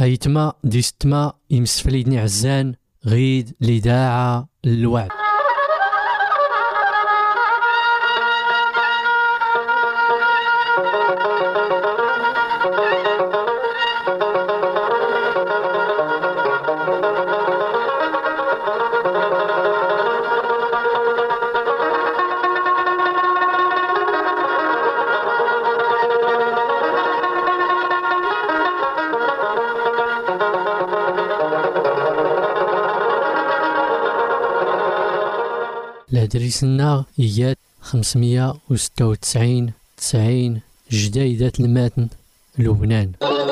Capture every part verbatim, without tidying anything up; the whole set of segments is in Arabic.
أيتما ديستما يمسفليدني عزان غيد لداعة الوعد. الهدريسنا إيات خمسمية وستة وتسعين تسعين جديدة الماتن لبنان.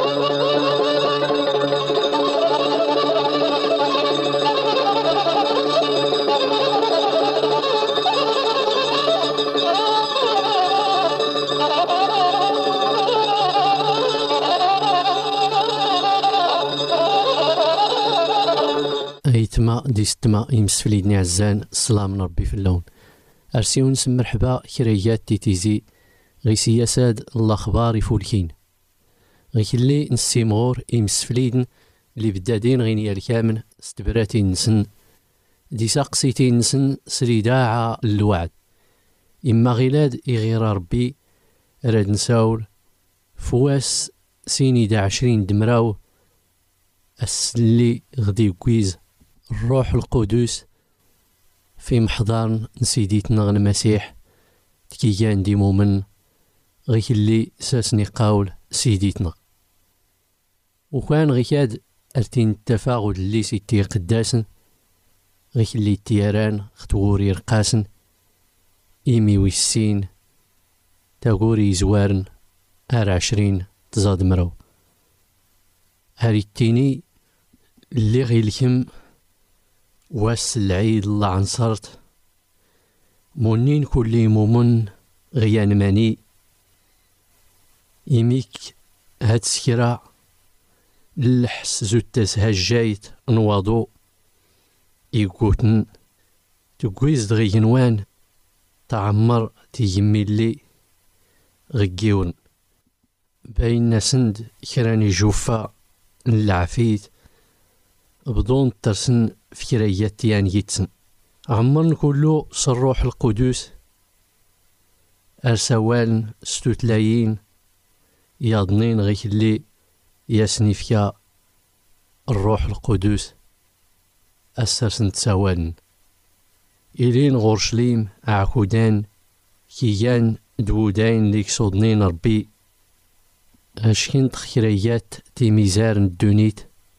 أيتما ديستما يمسفليدني عزان السلام من ربي في اللون. أرسيو نسم مرحبا كريات تيتيزي غي سياساد الأخبار يفولكين غي كلي نسيمغور يمسفليدن اللي بدادين غين يركامن استبراتي نسن دي ساقسيتي نسن سريداعة الوعد إما غيلاد إغير ربي راد نساول فواس سيني دا عشرين دمراو السلي غدي كويز الروح القدس في محضر نسيديتنا المسيح تكيان دي مؤمن غيك اللي ساسني قاول سيديتنا وكان غيكاد أرتين التفاعل اللي سيتي قداسن غيك اللي تياران ختوري رقاسن إيمي ويسين تاغوري زوارن هار عشرين تزاد مرو هاري التيني اللي غيلكم واس العيد الله عنصرت مونين كل مومن غيان ماني يميك هاد سكرا اللحس زوتاس هجايت نواضو يقوتن تقويز دغينوان تعمر تيمي اللي غيون باين سند كراني جوفا العفيت بدون ترسن فكريات تيان يتسن عمرن كله صروح القدس أرسوالن ستوتلايين ياضنين غيك اللي ياسني فيا الروح القدس أسرسن تسوالن إلين غورشليم عكودان كيان دودين ليك صودنين ربي أشكين تخيريات تيميزار الدونيت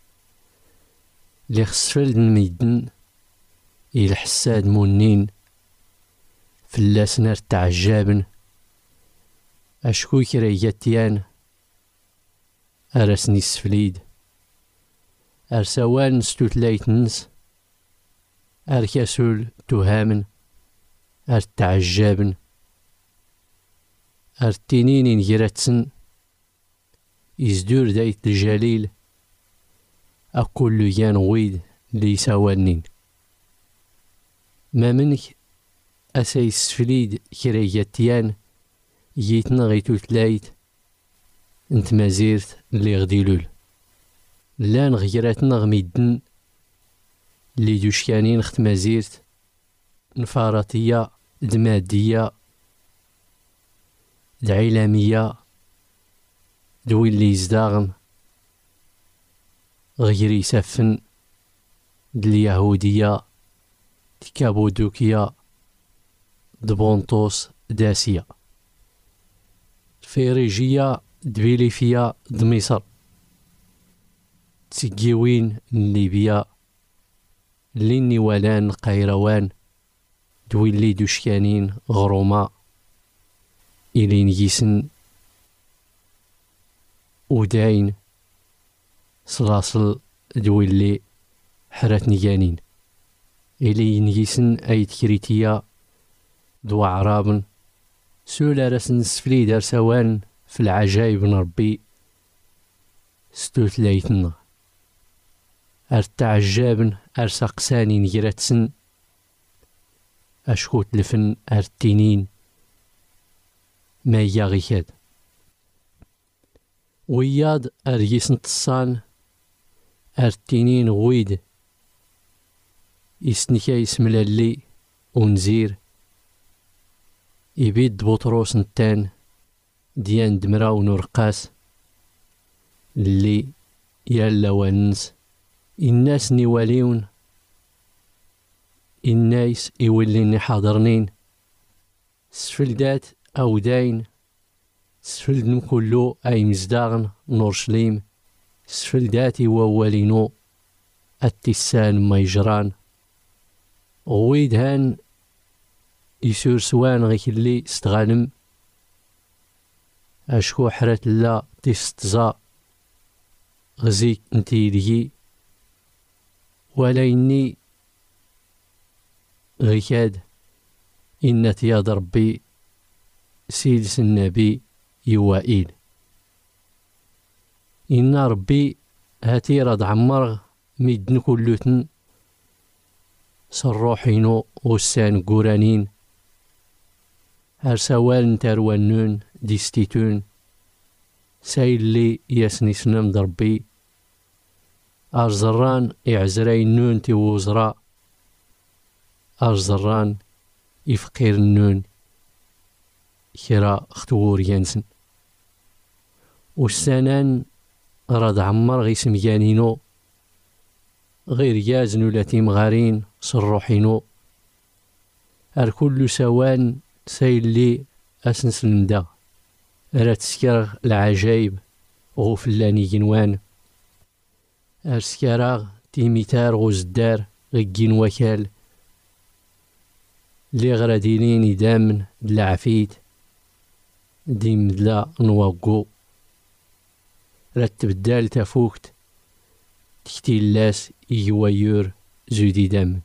لي خسفل نميدن الحساد مونين فلاس نار تعجابن أشكو كرياتيان أرسني السفليد أرسوان ستوتلايتنس أركاسول تهامن أرتعجابن أرتينين نجراتسن إزدور دايت الجليل أقول يان ويد لي سوانين ما منك أسايس فليد كرياتيان جيتنا غيتو تلايت انت مازيرت اللي غديلول لان غيراتنا غميدن اللي دوشكانين خت مازيرت نفاراتية دمادية دعيلامية دوي اللي يزداغن غير يسفن اليهودية تكابودوكيا دبونطوس داسية فيريجية دبيليفيا دميصر تسجيوين ليبيا ليني ولان قيروان دويلي دوشكانين غروما إلين يسن وداين صلاصل دويلي حرات نيانين إلين يسن أيد كريتيا دو عرابن سولا رسن سفلي دار سوان في العجايب نربي ستوت ليتنا أرتعجابن أرسقساني نجراتسن أشكوت لفن أرتينين ما يغيكاد وياد أريسن تصان ارتينين غويد يسنكا يسملالي ونزير يبيد بطروس نتان ديان دمرا ونرقاس اللي يالا ونس الناس نيواليون الناس يوليني حاضرنين سفلدات او داين سفلدن كلو اي مزداغن نورشليم سفلداتي ووالينو التسان ما يجران غويد هان يسور سوان غيك اللي استغانم اشكو حرات لا تستزا غزيك انتي لي ولا إني غيكاد إن تياد ربي سيدس النبي يوائيل إن ربي هاتي راد عمر ميدن كلوتن صروحينو وسان قرانين هرسوال نتاروانون ديستيتون سايلي ياسني سنم دربي أرزران إعزرين نون تيوزرا أرزران يفقير النون كرا اختور ينسن والسنان راد عمر غيسم جانينو غير يازن ولا تيمغارين صروحينو الكل سوان سايلي أسنسلم دا راه تسكر العجايب غوفلاني جنوان أرسكراغ تيميتار غوزدار غيكين وكال لي غرادينين يدامن دلعفيت ديم دلا نواقو رتب الدال تفوكت تكتي اللاس يوايور زودي دامن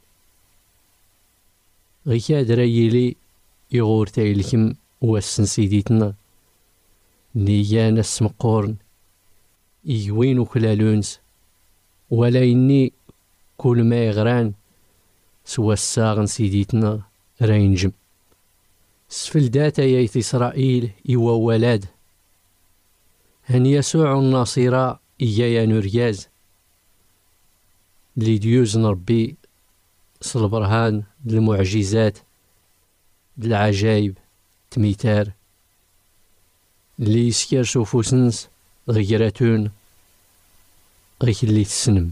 غيكاد رايلي يغور تايلكم واسن سيديتنا نيانا السمقورن يوين وكلالونس ولا إني كل ما يغران سوى الساغن سيديتنا رينجم سفلدات يايت إسرائيل إيوا ولاد هن يسوع الناصرة إيايا نورياز لي ديوز نربي صلبرهان المعجزات العجايب تميتار اللي يسكر شوفوسنس غيراتون غيك اللي تسنم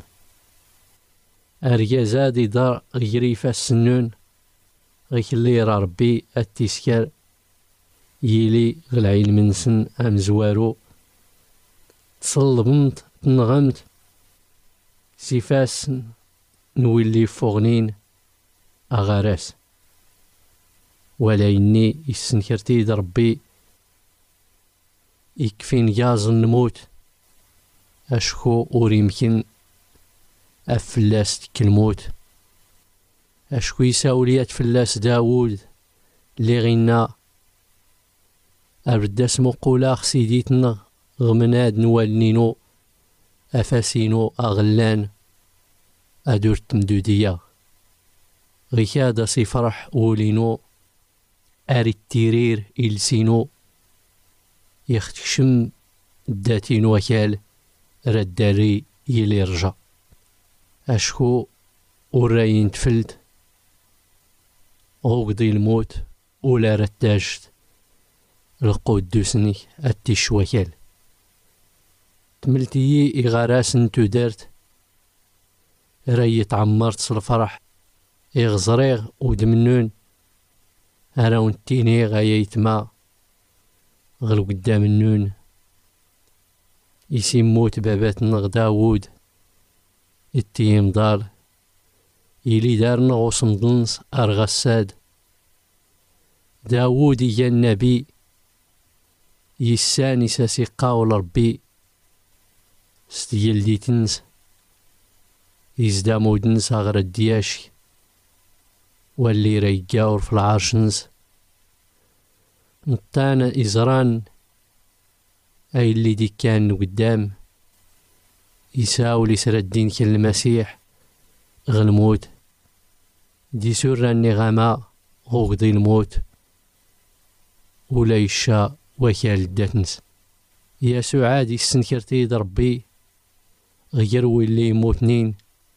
أريازاد يدار غيريفا السنون غيك اللي راه ربي التسكر يلي غالعين منسن أم زوارو تصلبمت تنغمت سيفاس نولي فوغنين أغاراس ولا إني يسنكرتي ربي يكفين جاز نموت أشكو أوريمكن أفلاس تكلموت أشكو يساوليات فلاس داود اللي غينا أبدا اسمو قولاخ سيديتنا غمناد نوالنينو أفاسينو أغلان أدور تمدودية غيكادا سيفرح أولينو أري التيرير إلسينو يختشم داتين وكال رداري يلي رجع أشكو وراين تفلت غوقضي الموت ولا رتاجت القود دوسني أتيش وكال تملتي إغاراس نتو دارت رايت عمرت صالفرح إغزريغ ودمنون أراون تيني غايت ما غل قدام النون يسموت بابات نغ داود التيم دار يلي دارنا غصمدنس أرغساد داود يا النبي يساني ساسي قاول ربي ستيل دي تنس يزدامو دنس أغرى الدياشي واللي ريقاور في العرشنس نطانا إزران أي اللي دي كان قدام يساول يسرى الدين كالمسيح غلموت دي سورة النغماء غوغدي الموت ولا يشاء وكال الدتنس يسوع عادي السنكرتي ربي غير ويلي موتنين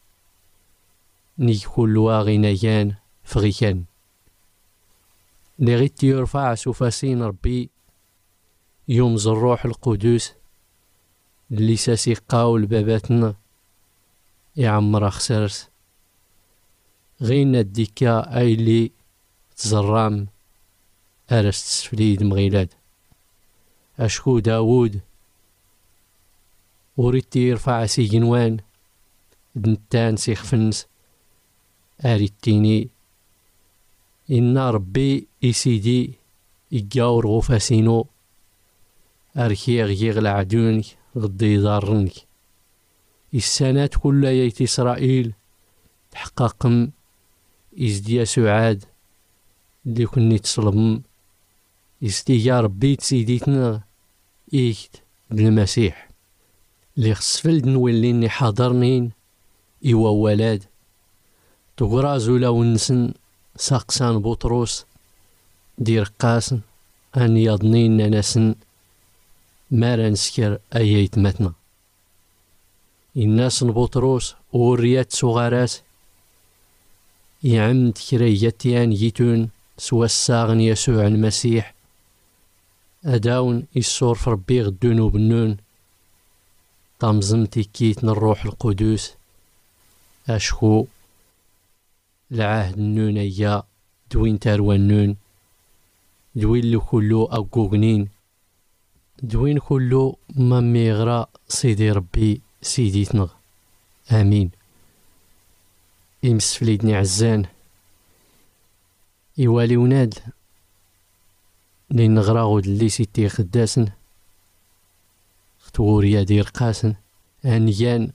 نيك كل واغينيان فغيكان لي غيت يرفع سوفاسين ربي يومز الروح القدس اللي ساسي قاول باباتنا يعمر خسرس غينا الديكا ايلي تزرام ارست سفليد مغيلاد اشكو داود وريتي يرفع سي جنوان دنتان سيخ فنس اريتيني إن ربي إسيدي يجاور غفاسينو أركي غيغ العدونك غدي يضارنك السنات كل ييت إسرائيل تحققم إزديا سعاد اللي كني تصلم إزدي يا ربي تسيديتنا إيكت بالمسيح اللي خسفلد نوليني حاضرنين إوا ولاد تقرازو لو نسن ساقسان بطروس دير قاسن أن يضنين ناسن مارا نسكر أييت متنا الناس بطروس وريات صغارات يعمد كريتيان يتون سوا الساغن يسوع المسيح أداون الصور في ربي غدون وبنون طمزم تكيت الروح القدس أشكو العهد النونية دوين تاروان نون دوين لو كلو أقوغنين دوين كلو مامي يغرى سيدي ربي سيدي تنغ آمين. إمس فليدني عزان إيوالي وناد لين غراغود اللي سيتي خداسن ختوريا دير قاسن هنيان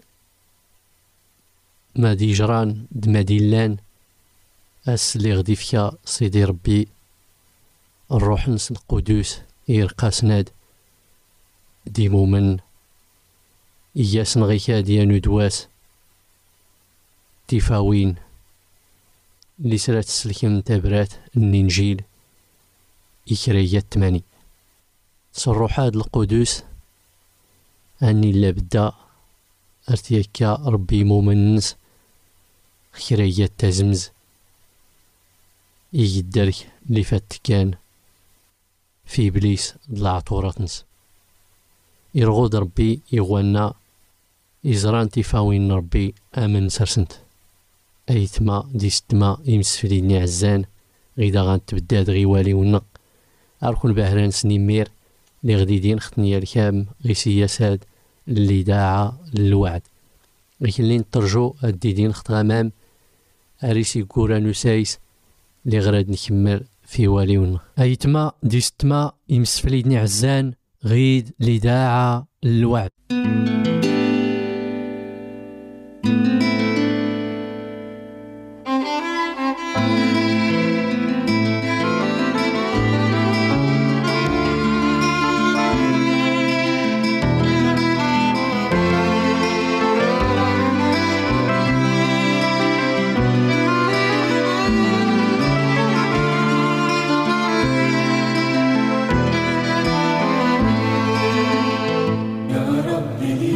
ما دي جران دما ديلان أس اللي غدي فيا سيدي ربي الروح نس القدوس يرقاسناد دي مومن إياس نغيكا ديانو دواس تيفاوين اللي سرات السلكم تابرات النينجيل إكريات تماني صروحات القدوس أني لابدا أرتيكا ربي مومنس خيريات تزمز يجدرك اللي فات كان في إبليس ضلع طوراتنس يرغود ربي يغوانا إزران تيفاوين ربي آمن سرسنت أيتما ديستما يمسفليني عزان غيدا غانتبداد غيوالي ونق أركن بهران سنيمير لي غديدين ختنيا الكام غي سياسات اللي داعا للوعد غيكلين ترجو الديدين خط غمام أريسي كورا نسايس لي غراد نكمل في والي ونق أيتما ديستما يمسفليني عزان غيد لي داعا للوعد. يا ربي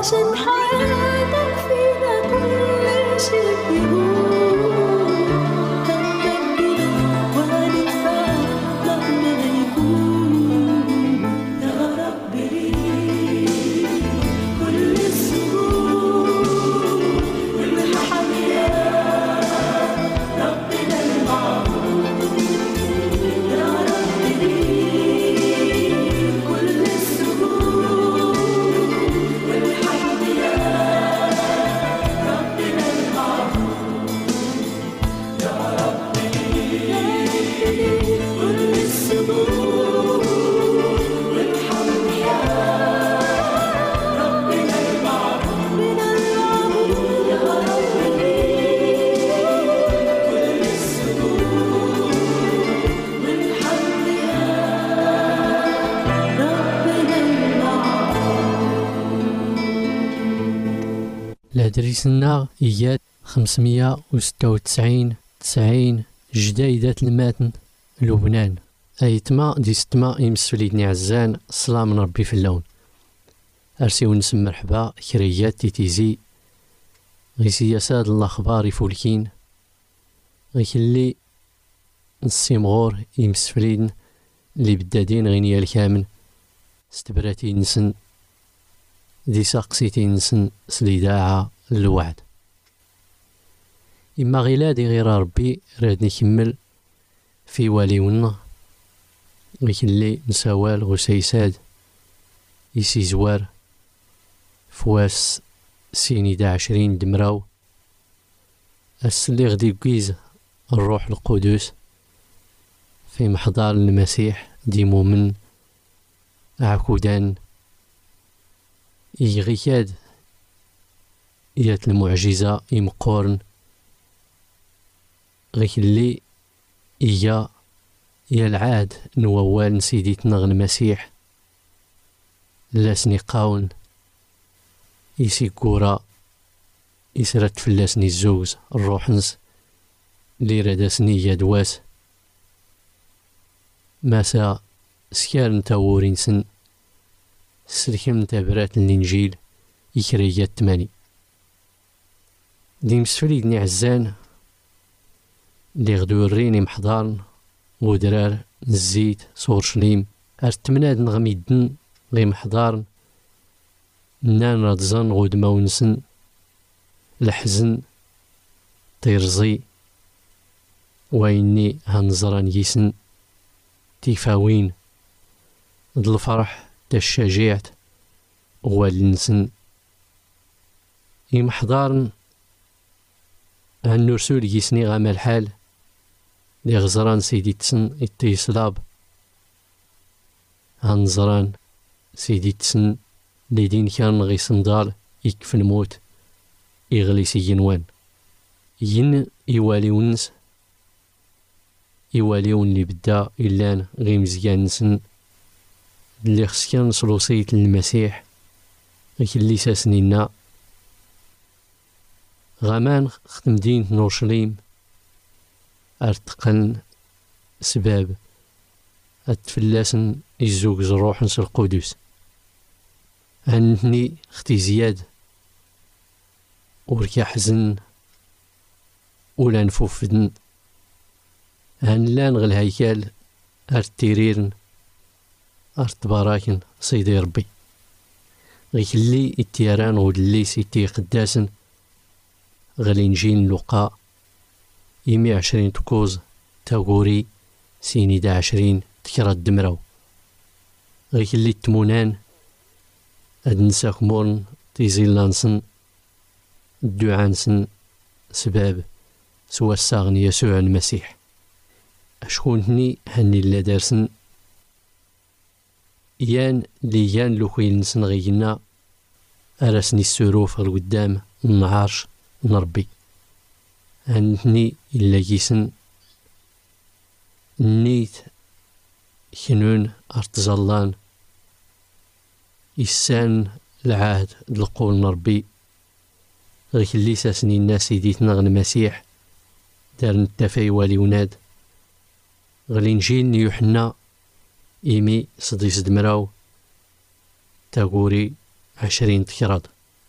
عشان حياتك فينا كل شيء يهون هنكمل وهندفع مهما يكون يا رب ليك كل السرور والحياة ربنا المعبود يا رب ليك كل السرور والحياة ربنا المعبود يا رب ليك كل السرور والحياة ربنا المعبود يا رب ليك كل السرور والحياة ربنا المعبود. لادريسنا إيات خمسمية وستة وتسعين تسعين جديدة الماتن لبنان أيتما دي ستما يمسوليدني عزان الصلاة من ربي في اللون أرسيو نسم مرحبا كريات تيتيزي غي سياسات الأخبار يفولكين غي كلي نسيمغور يمسفلين اللي بدادين غينيا الكامن استبراتي نسن دي ساقسيتي نسن سليداعة الوعد إما غيلادي غير ربي راد نكمل في واليونا لكن اللي نسوال غسيساد يسي زوار فواس سيني دا عشرين دمراو السلي غدي قيز الروح القدس في محضار المسيح دي مؤمن عكودان يغيكاد يات المعجزة يمقورن غيك اللي إيا يا العاد نووال نسيدي تنغ المسيح لاسني قاون يسي كورا يسرت فلاسني الزوز الروحنس اللي رادسني يدواس ماسا سكار نتاورين سن سلكم تابرات الإنجيل يكريات تماني دي مسفليدني عزان اللي غدو الريني محضارن ودرار الزيت صور شليم ارتمناد نغميدن غي محضارن نان رادزان غود ماونسن الحزن تيرزي ويني هنزران يسن تيفاوين د الفرح دا الشجاعت والنسن يمحضارن هالنرسول يسني غاما الحال لي غزران سيدي تسن التيسلاب هنزران سيدي تسن لي دين كان غي صندال يكف الموت يغلي سينوان ين يواليونس يواليون اللي بدا إلان غي مزيان نسن اللي خسكان صلوصية المسيح غي اللي ساسنينا غامان ختم دين نورشليم ارتقن سباب اتفلاسن الزوج زروح نس القدس هنتني اختي زياد وركا حزن ولا نفوفدن هنلان غل هيكال ارتيريرن ارتباراكن سيدي ربي غيكلي التيران ودلي سيتي قداسن غالي نجين لقاء يمي عشرين تكوز تاغوري سيني دا عشرين تكرا الدمراو غيك اللي التمونان هاد نساك مورن تيزيل لانسن الدعانسن سباب سوا الساغن يسوع المسيح أشكونتني هني اللي دارسن يان لي يان لوكيل نسن غينا أرسني السروف القدام النعارش نربي هنتني إلا جيسن نيت كنون أرتزالان إسان العهد القول نربي غيك اللي ساسني الناس يديتنا غن مسيح دارن التفاي والي وناد غلي نجين يوحنا إيمي صديس دمراو تاغوري عشرين تكراد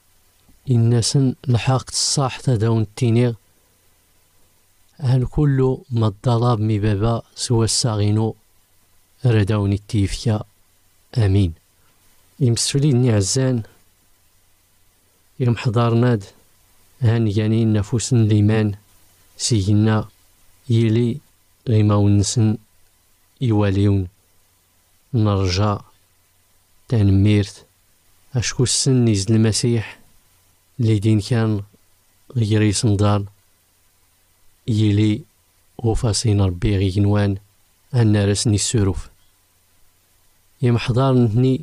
إنسان لحقت الصاح تداون التينيغ هن كله ما الضلاب مي بابا سوى الساغينو رداوني التيفيا امين. يمسفلي نعزان يوم حضرناد هان جانين نفوس ليمان سيجنا يلي غيماونسن يواليون نرجع تنميرت اشكو السن نزل المسيح اللي دين كان غيري صندال يلي وفاسين ربي غينوان أنا رسني السروف يم حضارني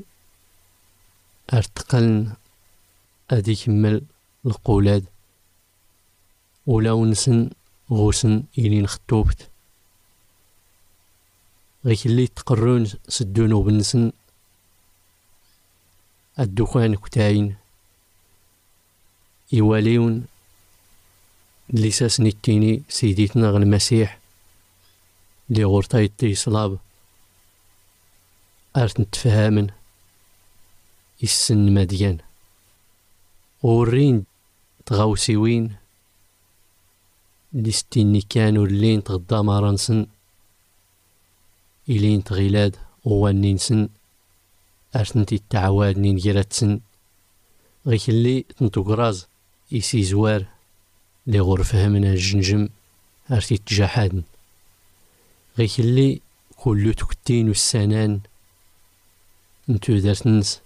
ارتقلن أدي كمل القولاد ولاو نسن غوسن إلي نخطوبت غيك اللي تقرون سدونو بنسن الدخان كتاين يواليون لساسني التيني سيديتنا غ المسيح لي غورتاي تي صلاب ارت نتفاهمن السن مديان ورين تغاوسيوين لي ستيني كانوا اللين تغدا مارنسن إلين تغيلاد ووانينسن ارت نتي التعواد نين جراتسن غيك اللي تنتوكراز يسي زوار لي غرفة من الجنجم ارتي تجاحادن غيك اللي كلو تكتين والسنان نتو دارتنس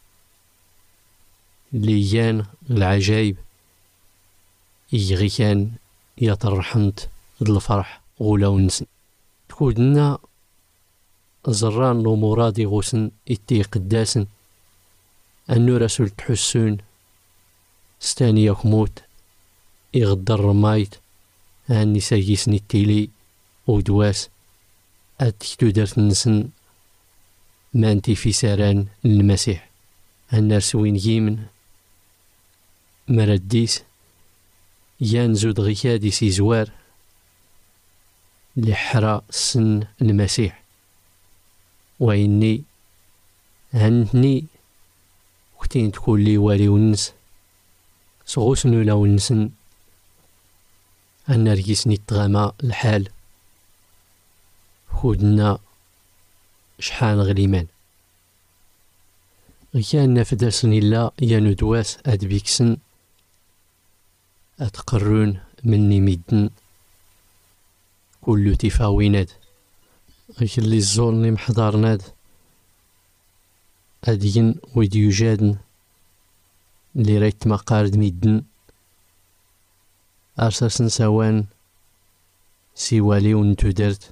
اللي يان العجايب يغي كان يطرحنت ضد الفرح غولاو نسن تكودنا زران لو مرادي غوسن اتي قداسن انو رسول تحسون ستاني يكموت يغدر رمايت هاني سايسني التيلي ودواس أتكتو درت نسن مانتي في ساران المسيح الناس وين يمن مرديس ينزو دغيادي سي زوار لحرا سن المسيح وإني هنتني وقتين تقول لي والي ونس سغوسنو لا ونسن أن رجسني التغامى الحال خودنا شحال غليمان كان نفدرسن إلا يانو دواس أدبيكسن أتقرون مني ميدن كلو تفاويناد غيك اللي الزولني محضرناد أدين ويديو جادن اللي ريت مقارد ميدن أرساسن سوان سيوالي ونتو درت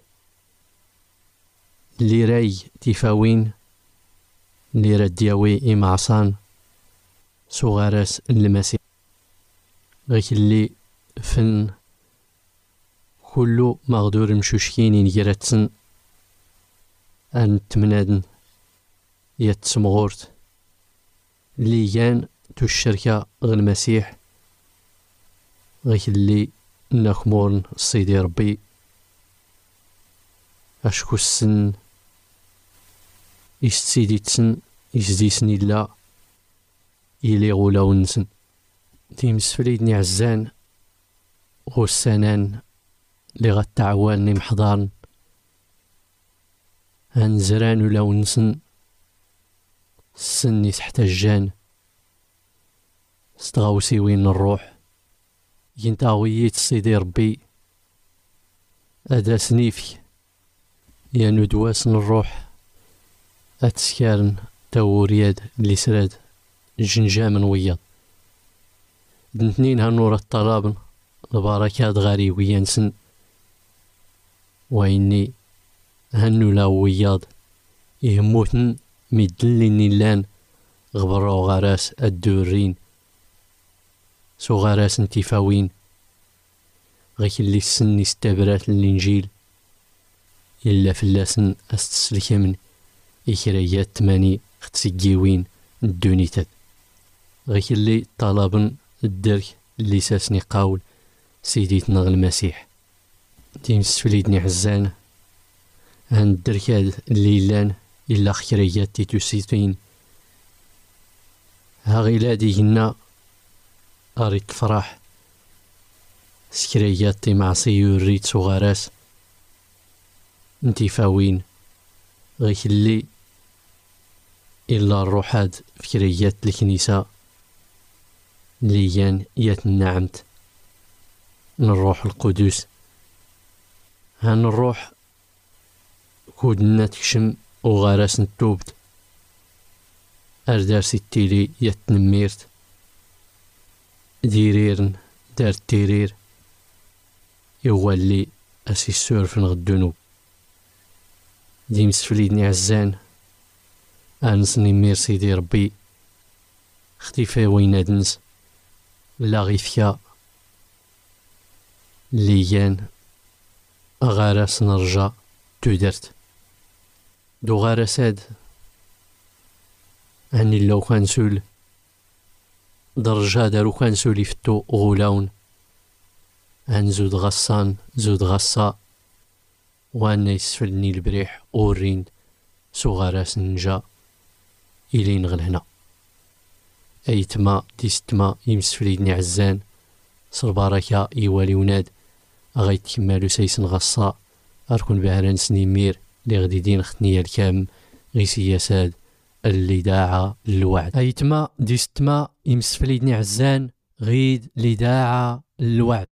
اللي راي تفاوين اللي ردياوي إمعصان صغارس المسيح غيك اللي فن كلو مغدور مشوشكين ينجرتسن أن تمنادن يتسمغورت اللي يان تو الشركة غ المسيح غيك اللي نخمورن الصيدي ربي أشكو السن يستسيدي تسن يسديسني لا إلي غولا ونسن تيمس فريدني عزان غو السنان لي غتعوالني محضارن هنزران ولا ونسن السن يتحتاجان ستغاوسي وين الروح ينتاويت السيدي ربي أدا سنيفك يانو دواسن الروح أتسكارن تاورياد اللي سراد جنجامن وياض دنتنين هنور الطلابن البركات غاري ويانسن وإني هنو لا وياض يهموتن ميدلي نيلان غبرو غراس الدورين سو غراس انتفاوين غيك اللي السن استبرات الإنجيل إلا فلاسن أستسلكمن إكريات تماني ختسجيوين الدونيتات غيك اللي طلبن الدرك اللي ساسني قاول سيديتنا غ المسيح تيمس فليدني حزان هان الدركاد اللي لان إلا خكريات تيتوسيتين ها غيلادي هنا أريد فرح سكريات معصي يريد صغاراس انتي فاوين غيك اللي إلا الروحاد فكريات الكنيسة ليان يات النعمت من الروح القدس. هان الروح كودنا تكشم وغاراس نتوبت أردار ستيلي يتنميرت ديريرن دار التيرير يوالي أسي السورف نغدنو ديمس فليدني عزان أنسني ميرسي دي ربي اختفى وينادنس لا غيفيا ليان أغارس نرجع تودرت دو غارساد هني لو كان سول درجة دارو كان سولي فتو غولاون هن زود غصان زود غصا وانا يسفلني البريح اورين سو غاراس نجا إلين غلهنا أيتما ديستما يمسفليدني عزان صرباركا إيوالي وناد أغايت كمالو سيسن غصا أركن بهران سنيمير لي غدي دين ختنيا الكام غي سياساد اللي داعا الوعد. أيتما ديستما يمسفليدني عزان غيد اللي داعا الوعد.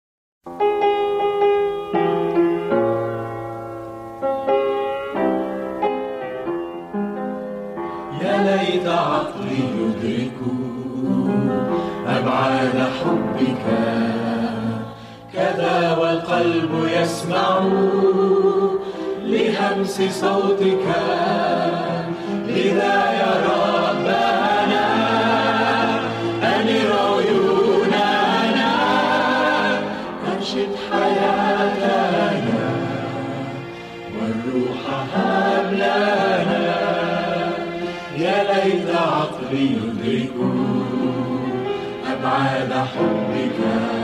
يا ليت عقلي يدرك أبعاد حبك كذا والقلب يسمع لهمس صوتك لذا يا ربنا أنر عيوننا أنشد حياتنا والروح هب لنا يا ليت عقلي يدرك أبعاد حبك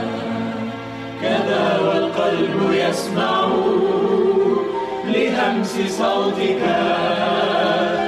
كذا والقلب يسمع لهمس صوتك